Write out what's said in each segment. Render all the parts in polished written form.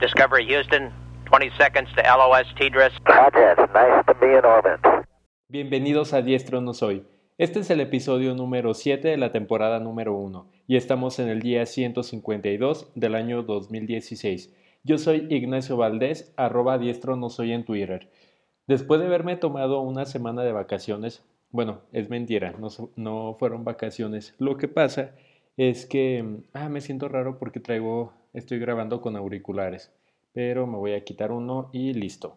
Discovery Houston, 20 seconds to LOS TDRS. Roger, nice to be in orbit. Bienvenidos a Diestro No Soy. Este es el episodio número 7 de la temporada número 1 y estamos en el día 152 del año 2016. Yo soy Ignacio Valdés, @Diestro No Soy en Twitter. Después de haberme tomado una semana de vacaciones, bueno, es mentira, no fueron vacaciones. Lo que pasa es que me siento raro porque estoy grabando con auriculares, pero me voy a quitar uno y listo.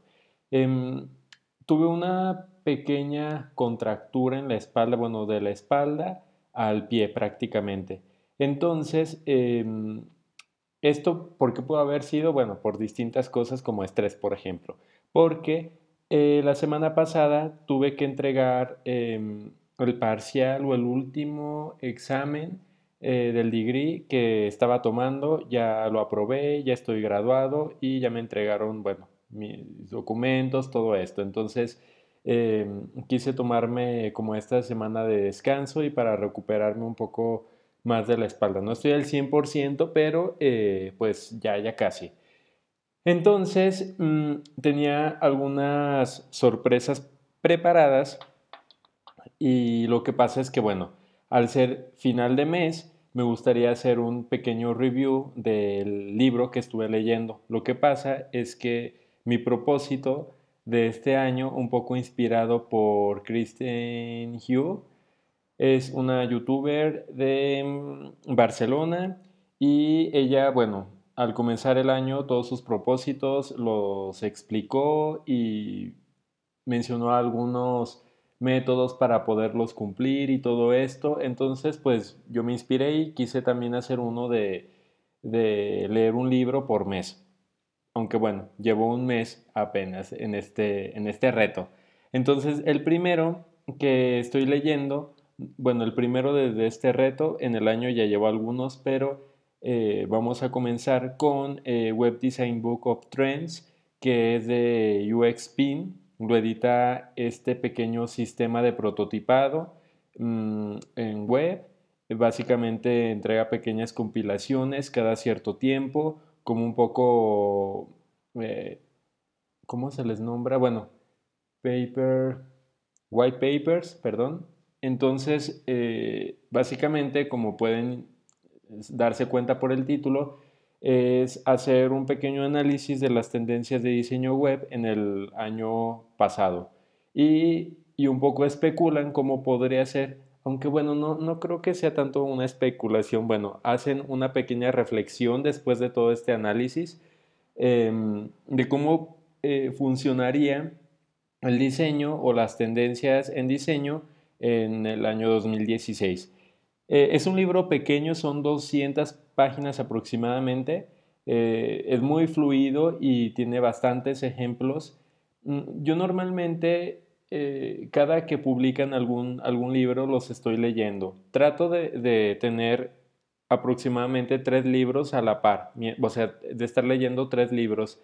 Tuve una pequeña contractura en la espalda, bueno, de la espalda al pie prácticamente. Entonces, ¿esto por qué pudo haber sido? Bueno, por distintas cosas como estrés, por ejemplo. Porque la semana pasada tuve que entregar el parcial o el último examen del degree que estaba tomando. Ya lo aprobé, ya estoy graduado y ya me entregaron, bueno, mis documentos, todo esto. Entonces, quise tomarme como esta semana de descanso y para recuperarme un poco más de la espalda. No estoy al 100%, pero pues ya casi. Entonces, tenía algunas sorpresas preparadas y lo que pasa es que, bueno, al ser final de mes, me gustaría hacer un pequeño review del libro que estuve leyendo. Lo que pasa es que mi propósito de este año, un poco inspirado por Kristen Hugh, es una youtuber de Barcelona y ella, bueno, al comenzar el año todos sus propósitos los explicó y mencionó algunos métodos para poderlos cumplir y todo esto. Entonces, pues yo me inspiré y quise también hacer uno de leer un libro por mes. Aunque bueno, llevo un mes apenas en este reto. Entonces, el primero que estoy leyendo, bueno, el primero de este reto, en el año ya llevo algunos, pero vamos a comenzar con Web Design Book of Trends, que es de UXPin. Lo edita este pequeño sistema de prototipado en web. Básicamente entrega pequeñas compilaciones cada cierto tiempo, como un poco, eh, ¿cómo se les nombra? Bueno, paper, white papers, perdón. Entonces, básicamente, como pueden darse cuenta por el título, es hacer un pequeño análisis de las tendencias de diseño web en el año pasado y un poco especulan cómo podría ser, aunque bueno, no creo que sea tanto una especulación, bueno, hacen una pequeña reflexión después de todo este análisis de cómo funcionaría el diseño o las tendencias en diseño en el año 2016. Es un libro pequeño, son 200 páginas aproximadamente. Es muy fluido y tiene bastantes ejemplos. Yo normalmente, cada que publican algún libro, los estoy leyendo. Trato de tener aproximadamente 3 libros a la par, o sea, de estar leyendo 3 libros.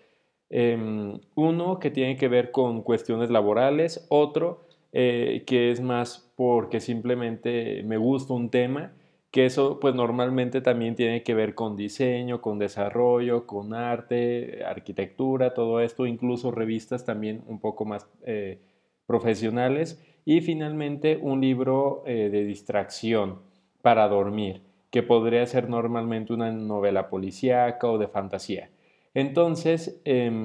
Uno que tiene que ver con cuestiones laborales, otro que es más porque simplemente me gusta un tema, que eso pues normalmente también tiene que ver con diseño, con desarrollo, con arte, arquitectura, todo esto, incluso revistas también un poco más profesionales. Y finalmente un libro de distracción para dormir, que podría ser normalmente una novela policíaca o de fantasía. Entonces,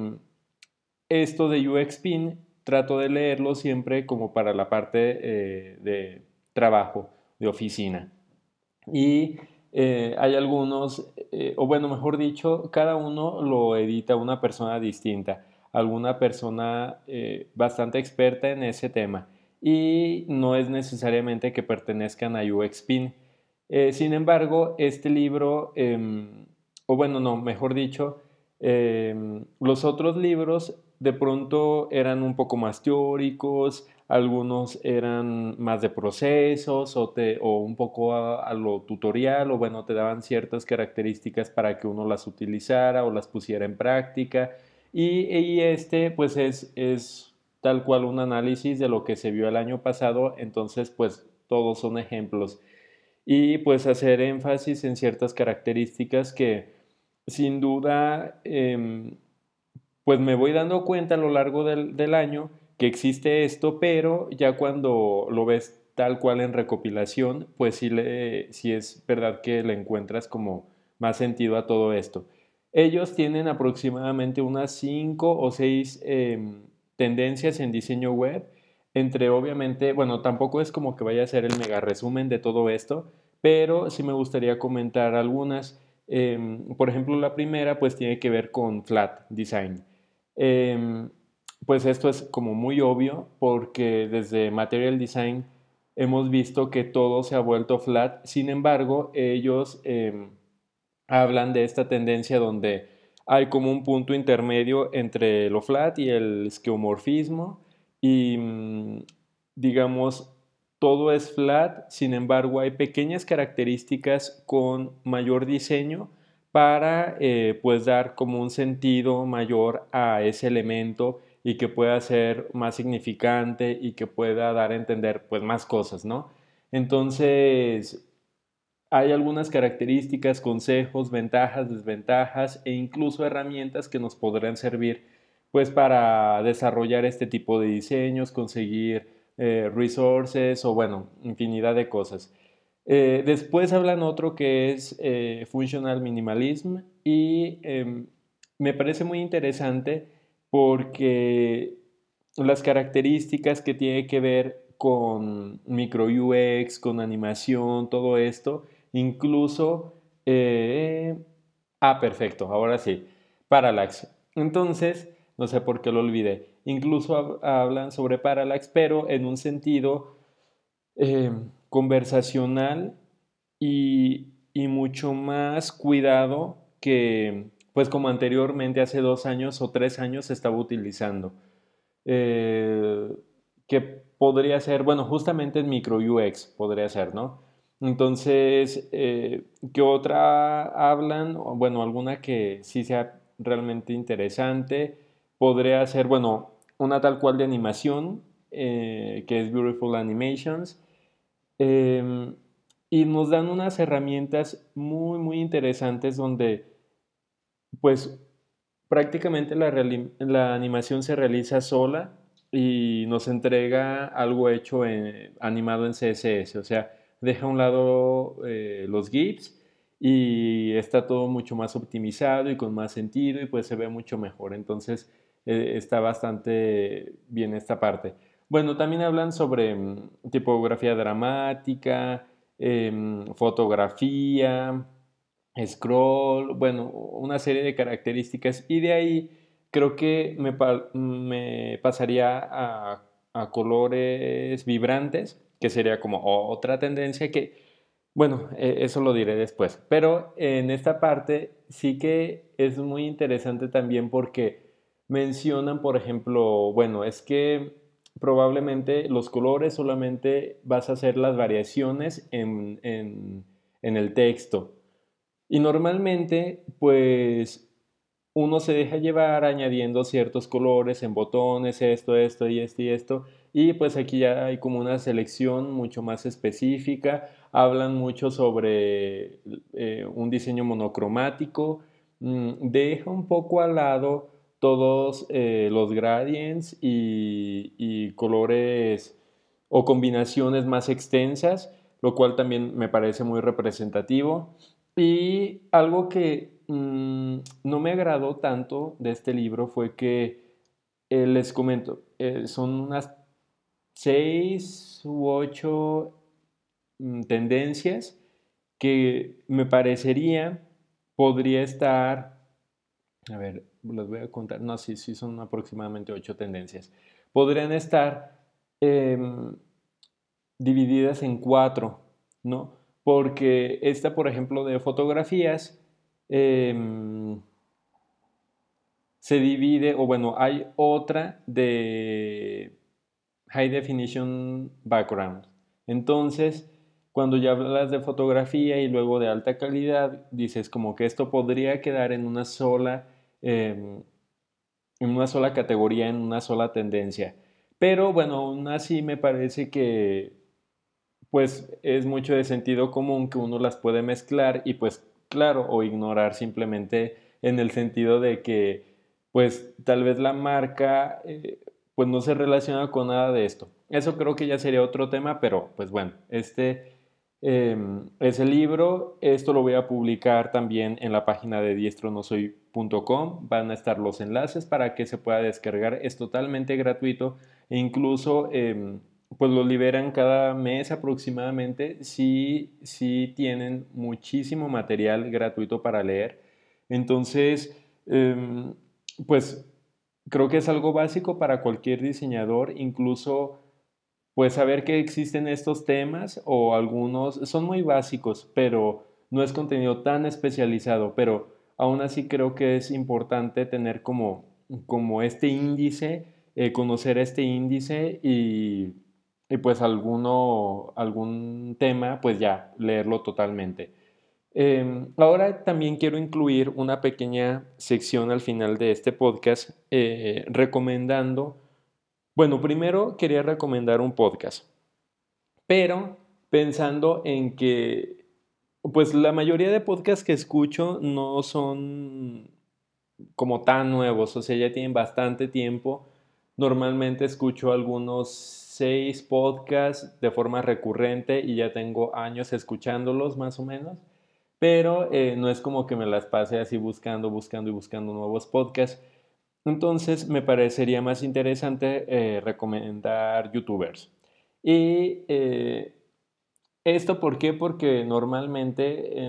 esto de UXPin trato de leerlo siempre como para la parte de trabajo, de oficina. Y hay algunos, o bueno, mejor dicho, cada uno lo edita una persona distinta, alguna persona bastante experta en ese tema. Y no es necesariamente que pertenezcan a UXPin. Sin embargo, este libro, o bueno, no, mejor dicho, los otros libros de pronto eran un poco más teóricos, algunos eran más de procesos o un poco a lo tutorial, o bueno, te daban ciertas características para que uno las utilizara o las pusiera en práctica. Y este pues es tal cual un análisis de lo que se vio el año pasado, entonces pues todos son ejemplos. Y pues hacer énfasis en ciertas características que sin duda, pues me voy dando cuenta a lo largo del año que existe esto, pero ya cuando lo ves tal cual en recopilación, pues sí es verdad que le encuentras como más sentido a todo esto. Ellos tienen aproximadamente unas 5 o 6 tendencias en diseño web, entre obviamente, bueno, tampoco es como que vaya a ser el mega resumen de todo esto, pero sí me gustaría comentar algunas. Por ejemplo, la primera pues tiene que ver con flat design. Em, pues esto es como muy obvio porque desde Material Design hemos visto que todo se ha vuelto flat. Sin embargo, ellos hablan de esta tendencia donde hay como un punto intermedio entre lo flat y el skeuomorfismo y digamos todo es flat, sin embargo hay pequeñas características con mayor diseño para pues dar como un sentido mayor a ese elemento y que pueda ser más significante y que pueda dar a entender pues más cosas, ¿no? Entonces, hay algunas características, consejos, ventajas, desventajas e incluso herramientas que nos podrán servir pues para desarrollar este tipo de diseños, conseguir resources o bueno, infinidad de cosas. Después hablan otro que es Functional Minimalism y me parece muy interesante porque las características que tiene que ver con micro UX, con animación, todo esto, incluso, perfecto, ahora sí, Parallax. Entonces, no sé por qué lo olvidé, incluso hablan sobre Parallax, pero en un sentido eh, conversacional y mucho más cuidado que, pues como anteriormente, hace 2 años o 3 años se estaba utilizando. Eh, que podría ser, bueno, justamente en micro UX podría ser, ¿no? Entonces, ¿qué otra hablan? Bueno, alguna que sí sea realmente interesante. Podría ser, bueno, una tal cual de animación, que es Beautiful Animations. Em, y nos dan unas herramientas muy, muy interesantes donde, pues, prácticamente la animación se realiza sola y nos entrega algo hecho animado en CSS. O sea, deja a un lado los GIFs y está todo mucho más optimizado y con más sentido y pues se ve mucho mejor. Entonces, está bastante bien esta parte. Bueno, también hablan sobre tipografía dramática, fotografía, scroll, bueno, una serie de características y de ahí creo que me pasaría a colores vibrantes, que sería como otra tendencia que, bueno, eso lo diré después, pero en esta parte sí que es muy interesante también porque mencionan, por ejemplo, bueno, es que probablemente los colores solamente vas a hacer las variaciones en el texto. Y normalmente, pues, uno se deja llevar añadiendo ciertos colores en botones, esto y esto y esto. Y pues aquí ya hay como una selección mucho más específica. Hablan mucho sobre un diseño monocromático. Deja un poco al lado todos los gradients y colores o combinaciones más extensas, lo cual también me parece muy representativo. Y algo que no me agradó tanto de este libro fue que, les comento, son unas 6 u 8 tendencias que me parecería podría estar, a ver, las voy a contar, no, sí, sí son aproximadamente 8 tendencias. Podrían estar em, divididas en 4, ¿no? Porque esta, por ejemplo, de fotografías, em, se divide, o bueno, hay otra de High Definition Background. Entonces, cuando ya hablas de fotografía y luego de alta calidad, dices como que esto podría quedar em, en una sola categoría, en una sola tendencia. Pero bueno, aún así me parece que pues es mucho de sentido común que uno las puede mezclar y pues claro, o ignorar simplemente en el sentido de que pues tal vez la marca pues no se relaciona con nada de esto. Eso creo que ya sería otro tema, pero pues bueno, es el libro. Esto lo voy a publicar también en la página de diestronosoy.com. Van a estar los enlaces para que se pueda descargar. Es totalmente gratuito e incluso pues lo liberan cada mes aproximadamente. Sí tienen muchísimo material gratuito para leer. Entonces, pues creo que es algo básico para cualquier diseñador, incluso pues saber que existen estos temas o algunos son muy básicos, pero no es contenido tan especializado, pero aún así creo que es importante tener como este índice, conocer este índice y pues algún tema, pues ya leerlo totalmente. Ahora también quiero incluir una pequeña sección al final de este podcast recomendando, bueno, primero quería recomendar un podcast, pero pensando en que pues la mayoría de podcasts que escucho no son como tan nuevos, o sea, ya tienen bastante tiempo. Normalmente escucho algunos 6 podcasts de forma recurrente y ya tengo años escuchándolos más o menos, pero no es como que me las pase así buscando y buscando nuevos podcasts. Entonces me parecería más interesante recomendar youtubers. Y ¿esto por qué? Porque normalmente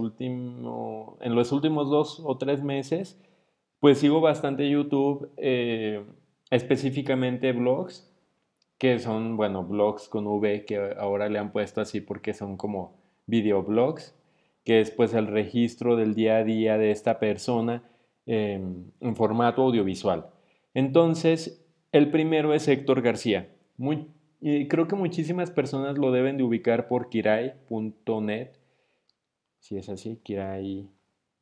en los últimos 2 o 3 meses, pues sigo bastante YouTube, específicamente blogs, que son, bueno, blogs con V, que ahora le han puesto así porque son como videoblogs, que es pues el registro del día a día de esta persona en formato audiovisual. Entonces, el primero es Héctor García. Y creo que muchísimas personas lo deben de ubicar por kirai.net, si es así, kirai.net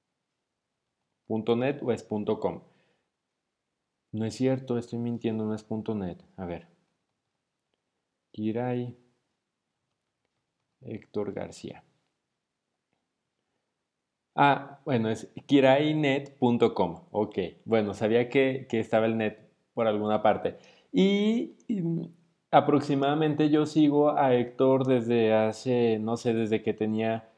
o es .com. No es cierto, estoy mintiendo, no es .net. A ver, Kirai Héctor García. Ah, bueno, es kirainet.com. Ok, bueno, sabía que estaba el net por alguna parte. Y aproximadamente yo sigo a Héctor desde hace, no sé, desde que tenía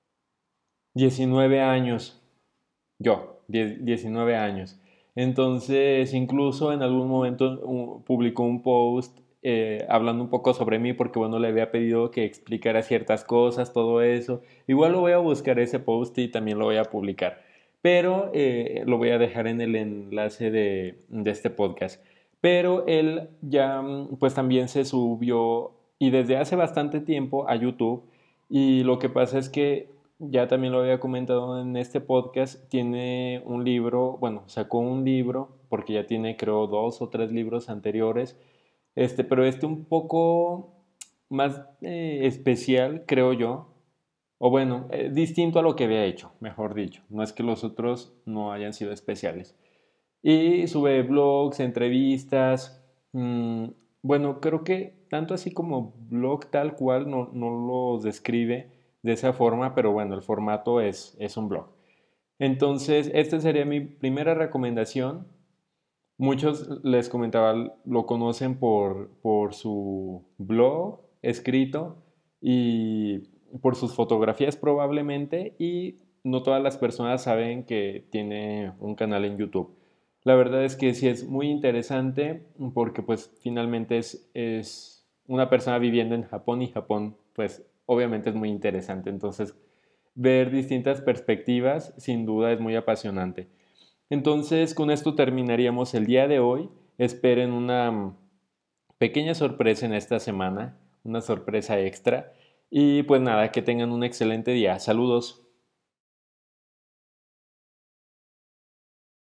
19 años. Yo, 19 años. Entonces, incluso en algún momento publicó un post hablando un poco sobre mí porque, bueno, le había pedido que explicara ciertas cosas, todo eso. Igual lo voy a buscar ese post y también lo voy a publicar. Pero lo voy a dejar en el enlace de este podcast. Pero él ya, pues también se subió y desde hace bastante tiempo a YouTube. Y lo que pasa es que ya también lo había comentado en este podcast, tiene un libro, bueno, sacó un libro, porque ya tiene creo 2 o 3 libros anteriores, pero un poco más especial, creo yo, o bueno, distinto a lo que había hecho, mejor dicho, no es que los otros no hayan sido especiales. Y sube blogs, entrevistas, bueno, creo que tanto así como blog tal cual no los describe de esa forma, pero bueno, el formato es un blog. Entonces, esta sería mi primera recomendación. Muchos les comentaba, lo conocen por su blog escrito y por sus fotografías probablemente, y no todas las personas saben que tiene un canal en YouTube. La verdad es que sí es muy interesante porque pues finalmente es una persona viviendo en Japón y Japón pues obviamente es muy interesante. Entonces ver distintas perspectivas sin duda es muy apasionante. Entonces, con esto terminaríamos el día de hoy. Esperen una pequeña sorpresa en esta semana, una sorpresa extra. Y pues nada, que tengan un excelente día. Saludos.